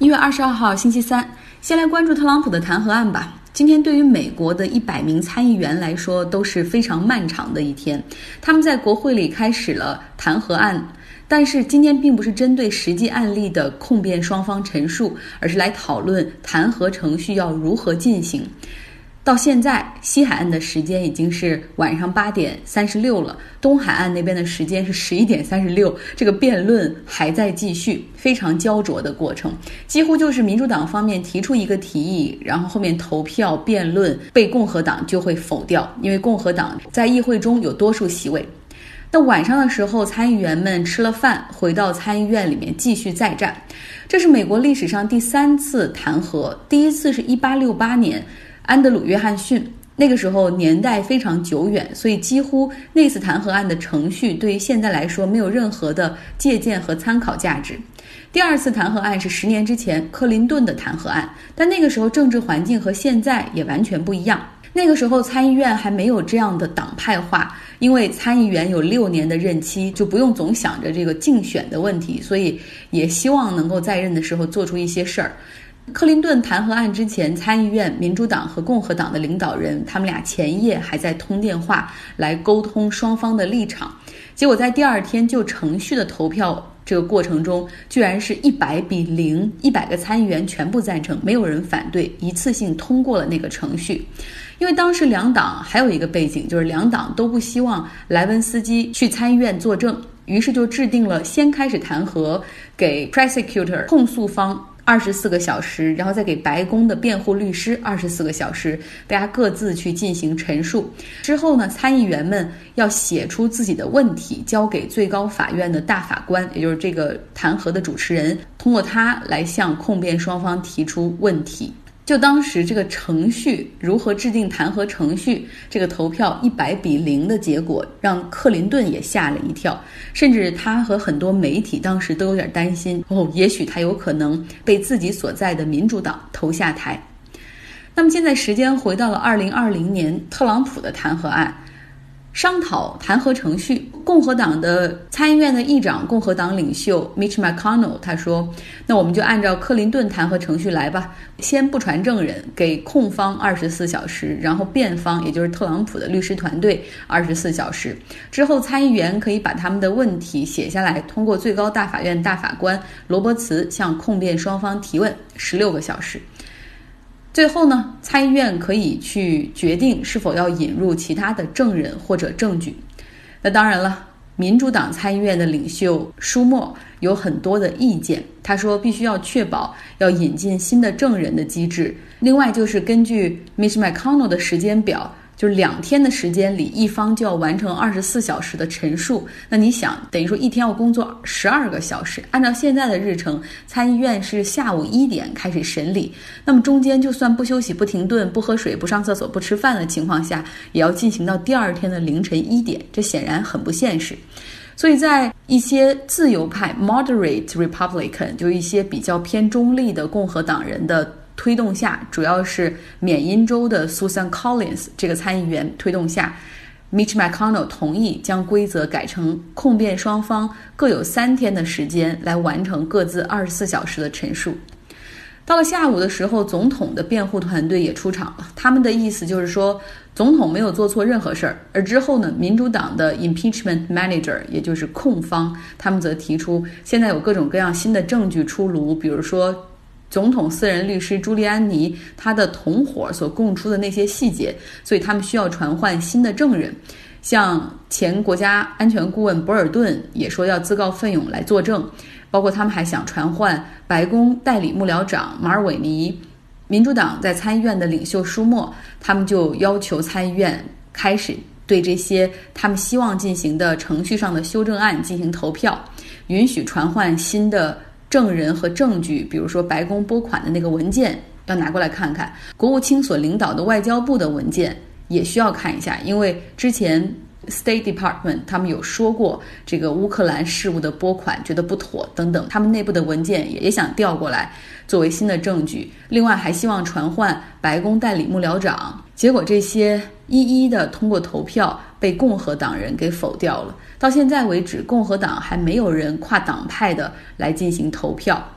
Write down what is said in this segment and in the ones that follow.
1月22号星期三，先来关注特朗普的弹劾案吧。今天对于美国的100名参议员来说都是非常漫长的一天，他们在国会里开始了弹劾案，但是今天并不是针对实际案例的控辩双方陈述，而是来讨论弹劾程序要如何进行。到现在西海岸的时间已经是晚上8点36了，东海岸那边的时间是11点36，这个辩论还在继续，非常焦灼的过程，几乎就是民主党方面提出一个提议，然后后面投票辩论被共和党就会否掉，因为共和党在议会中有多数席位。那晚上的时候，参议员们吃了饭，回到参议院里面继续再战。这是美国历史上第3次弹劾，第一次是1868年安德鲁·约翰逊，那个时候年代非常久远，所以几乎那次弹劾案的程序对于现在来说没有任何的借鉴和参考价值。第2次弹劾案是10年之前克林顿的弹劾案，但那个时候政治环境和现在也完全不一样。那个时候参议院还没有这样的党派化，因为参议员有6年的任期，就不用总想着这个竞选的问题，所以也希望能够在任的时候做出一些事儿。克林顿弹劾案之前，参议院民主党和共和党的领导人，他们俩前夜还在通电话来沟通双方的立场，结果在第2天就程序的投票这个过程中，居然是100比0，100个参议员全部赞成，没有人反对，一次性通过了那个程序。因为当时两党还有一个背景，就是两党都不希望莱文斯基去参议院作证，于是就制定了先开始弹劾，给 prosecutor 控诉方24个小时，然后再给白宫的辩护律师24个小时，大家各自去进行陈述。之后呢，参议员们要写出自己的问题，交给最高法院的大法官，也就是这个弹劾的主持人，通过他来向控辩双方提出问题。就当时这个程序如何制定弹劾程序，这个投票100比0的结果让克林顿也吓了一跳，甚至他和很多媒体当时都有点担心，也许他有可能被自己所在的民主党投下台。那么现在时间回到了2020年特朗普的弹劾案，商讨弹劾程序，共和党的参议院的议长，共和党领袖 Mitch McConnell 他说，那我们就按照克林顿弹劾程序来吧，先不传证人，给控方24小时，然后辩方也就是特朗普的律师团队24小时，之后参议员可以把他们的问题写下来，通过最高大法院大法官罗伯茨向控辩双方提问16个小时。最后呢，参议院可以去决定是否要引入其他的证人或者证据。那当然了，民主党参议院的领袖舒默有很多的意见，他说必须要确保要引进新的证人的机制。另外就是根据 Mitch McConnell 的时间表，就是2天的时间里，一方就要完成24小时的陈述。那你想，等于说一天要工作12个小时。按照现在的日程，参议院是下午1点开始审理，那么中间就算不休息、不停顿、不喝水、不上厕所、不吃饭的情况下，也要进行到第2天的凌晨1点，这显然很不现实。所以在一些自由派 moderate Republican， 就一些比较偏中立的共和党人的推动下，主要是缅因州的 Susan Collins 这个参议员推动下， Mitch McConnell 同意将规则改成控辩双方各有3天的时间来完成各自24小时的陈述。到了下午的时候，总统的辩护团队也出场了，他们的意思就是说总统没有做错任何事儿。而之后呢，民主党的 impeachment manager 也就是控方，他们则提出现在有各种各样新的证据出炉，比如说总统私人律师朱利安尼他的同伙所供出的那些细节，所以他们需要传唤新的证人。像前国家安全顾问博尔顿也说要自告奋勇来作证，包括他们还想传唤白宫代理幕僚长马尔韦尼。民主党在参议院的领袖舒默，他们就要求参议院开始对这些他们希望进行的程序上的修正案进行投票，允许传唤新的证人和证据，比如说白宫拨款的那个文件要拿过来看看，国务卿所领导的外交部的文件也需要看一下，因为之前 State Department 他们有说过这个乌克兰事务的拨款觉得不妥等等，他们内部的文件也想调过来作为新的证据。另外还希望传唤白宫代理幕僚长，结果这些一一的通过投票被共和党人给否掉了。到现在为止，共和党还没有人跨党派的来进行投票。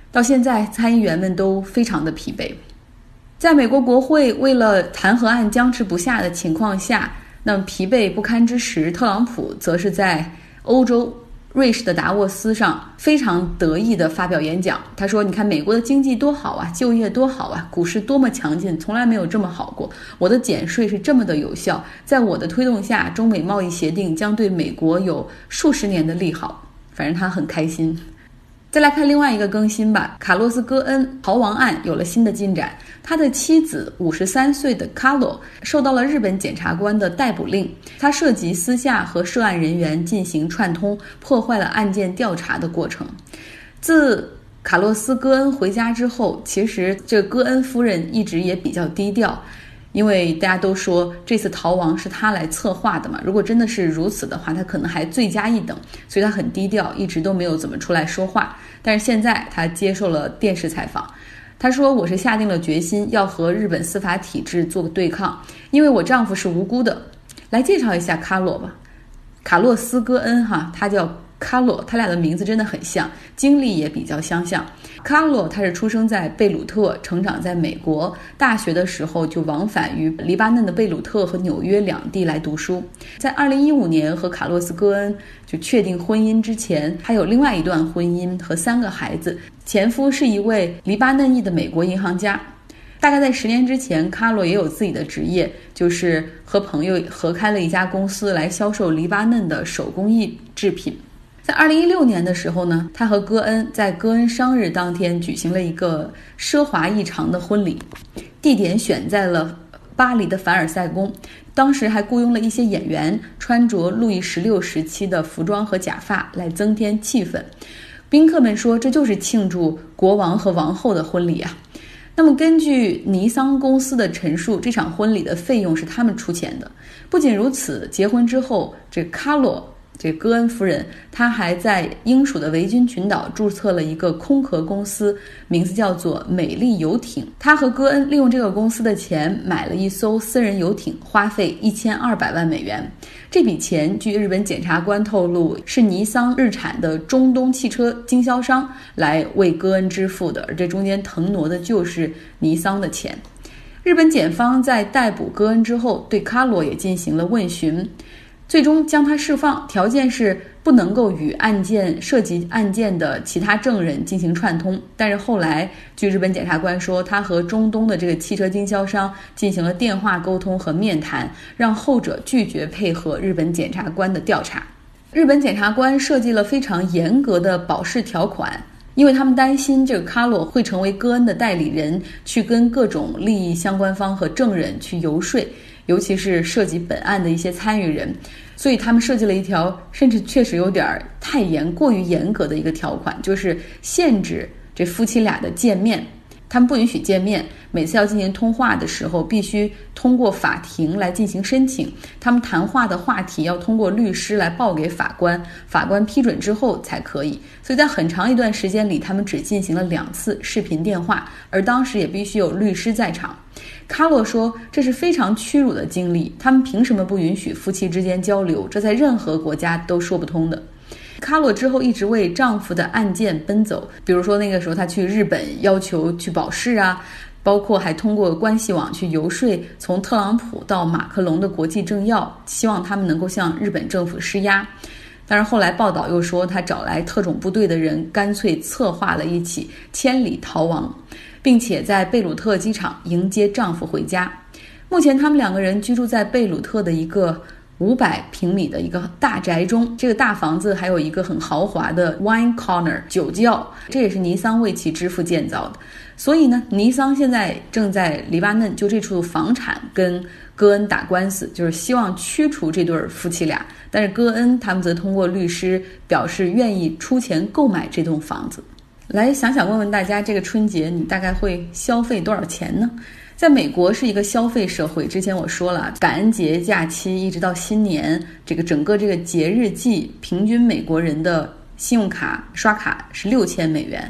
到现在参议员们都非常的疲惫。在美国国会为了弹劾案僵持不下的情况下，那么疲惫不堪之时，特朗普则是在欧洲瑞士的达沃斯上非常得意地发表演讲。他说，你看美国的经济多好啊，就业多好啊，股市多么强劲，从来没有这么好过，我的减税是这么的有效，在我的推动下，中美贸易协定将对美国有数十年的利好。反正他很开心。再来看另外一个更新吧，卡洛斯·戈恩逃亡案有了新的进展。他的妻子53岁的卡洛受到了日本检察官的逮捕令，他涉及私下和涉案人员进行串通，破坏了案件调查的过程。自卡洛斯·戈恩回家之后，其实这个戈恩夫人一直也比较低调，因为大家都说这次逃亡是他来策划的嘛，如果真的是如此的话，他可能还罪加一等，所以他很低调，一直都没有怎么出来说话。但是现在他接受了电视采访，他说，我是下定了决心要和日本司法体制做个对抗，因为我丈夫是无辜的。来介绍一下卡洛吧，卡洛斯·戈恩哈，他叫卡洛，他俩的名字真的很像，经历也比较相像。卡洛他是出生在贝鲁特，成长在美国，大学的时候就往返于黎巴嫩的贝鲁特和纽约两地来读书。在2015年和卡洛斯·戈恩就确定婚姻之前，还有另外一段婚姻和3个孩子，前夫是一位黎巴嫩裔的美国银行家。大概在10年之前，卡洛也有自己的职业，就是和朋友合开了一家公司来销售黎巴嫩的手工艺制品。在2016年的时候呢，他和戈恩在戈恩生日当天举行了一个奢华异常的婚礼，地点选在了巴黎的凡尔赛宫，当时还雇佣了一些演员穿着路易16时期的服装和假发来增添气氛。宾客们说，这就是庆祝国王和王后的婚礼啊。那么根据尼桑公司的陈述，这场婚礼的费用是他们出钱的。不仅如此，结婚之后，这卡洛这戈恩夫人，她还在英属的维京群岛注册了一个空壳公司，名字叫做美丽游艇。她和戈恩利用这个公司的钱买了一艘私人游艇，花费1200万美元。这笔钱据日本检察官透露，是尼桑日产的中东汽车经销商来为戈恩支付的，而这中间腾挪的就是尼桑的钱。日本检方在逮捕戈恩之后，对卡洛也进行了问询，最终将他释放，条件是不能够与涉及案件的其他证人进行串通。但是后来据日本检察官说，他和中东的这个汽车经销商进行了电话沟通和面谈，让后者拒绝配合日本检察官的调查。日本检察官设计了非常严格的保释条款，因为他们担心这个卡洛会成为戈恩的代理人，去跟各种利益相关方和证人去游说，尤其是涉及本案的一些参与人，所以他们设计了一条甚至确实有点太过于严格的一个条款，就是限制这夫妻俩的见面，他们不允许见面，每次要进行通话的时候必须通过法庭来进行申请，他们谈话的话题要通过律师来报给法官，法官批准之后才可以。所以在很长一段时间里，他们只进行了2次视频电话，而当时也必须有律师在场。卡洛说，这是非常屈辱的经历，他们凭什么不允许夫妻之间交流？这在任何国家都说不通的。卡洛之后一直为丈夫的案件奔走，比如说那个时候她去日本要求去保释啊，包括还通过关系网去游说从特朗普到马克龙的国际政要，希望他们能够向日本政府施压。但是后来报道又说，她找来特种部队的人，干脆策划了一起千里逃亡，并且在贝鲁特机场迎接丈夫回家。目前他们2个人居住在贝鲁特的一个500平米的一个大宅中，这个大房子还有一个很豪华的 Wine Corner 酒窖，这也是尼桑为其支付建造的。所以呢，尼桑现在正在黎巴嫩就这处房产跟戈恩打官司，就是希望驱除这对夫妻俩。但是戈恩他们则通过律师表示愿意出钱购买这栋房子。来想想问问大家，这个春节你大概会消费多少钱呢？在美国是一个消费社会，之前我说了，感恩节假期一直到新年，这个整个这个节日季，平均美国人的信用卡刷卡是6000美元。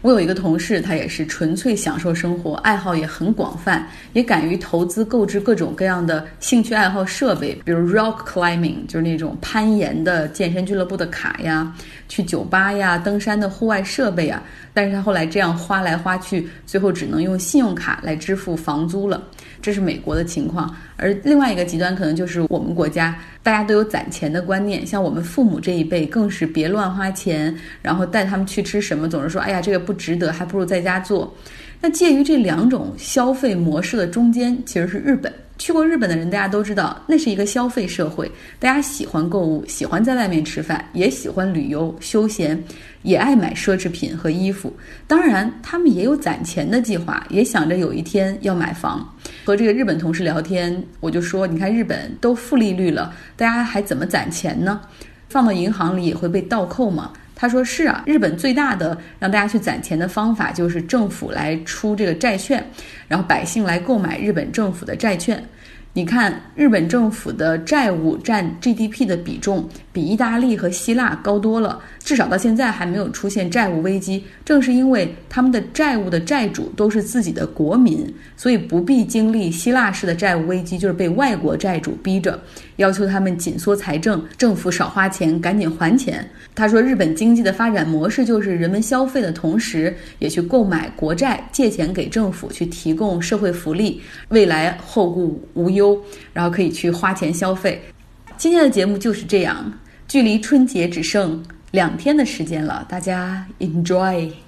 我有一个同事，他也是纯粹享受生活，爱好也很广泛，也敢于投资购置各种各样的兴趣爱好设备，比如 rock climbing， 就是那种攀岩的健身俱乐部的卡呀，去酒吧呀，登山的户外设备啊。但是他后来这样花来花去，最后只能用信用卡来支付房租了。这是美国的情况。而另外一个极端可能就是我们国家，大家都有攒钱的观念，像我们父母这一辈更是别乱花钱，然后带他们去吃什么总是说哎呀这个不值得，还不如在家做。那介于这两种消费模式的中间其实是日本。去过日本的人大家都知道，那是一个消费社会，大家喜欢购物，喜欢在外面吃饭，也喜欢旅游休闲，也爱买奢侈品和衣服。当然他们也有攒钱的计划，也想着有一天要买房。和这个日本同事聊天，我就说你看日本都负利率了，大家还怎么攒钱呢？放到银行里也会被倒扣吗？他说是啊，日本最大的让大家去攒钱的方法就是政府来出这个债券，然后百姓来购买日本政府的债券。你看日本政府的债务占 GDP 的比重比意大利和希腊高多了，至少到现在还没有出现债务危机。正是因为他们的债务的债主都是自己的国民，所以不必经历希腊式的债务危机，就是被外国债主逼着要求他们紧缩财政，政府少花钱赶紧还钱。他说日本经济的发展模式就是人们消费的同时也去购买国债，借钱给政府去提供社会福利，未来后顾无忧，然后可以去花钱消费。今天的节目就是这样，距离春节只剩2天的时间了，大家 enjoy。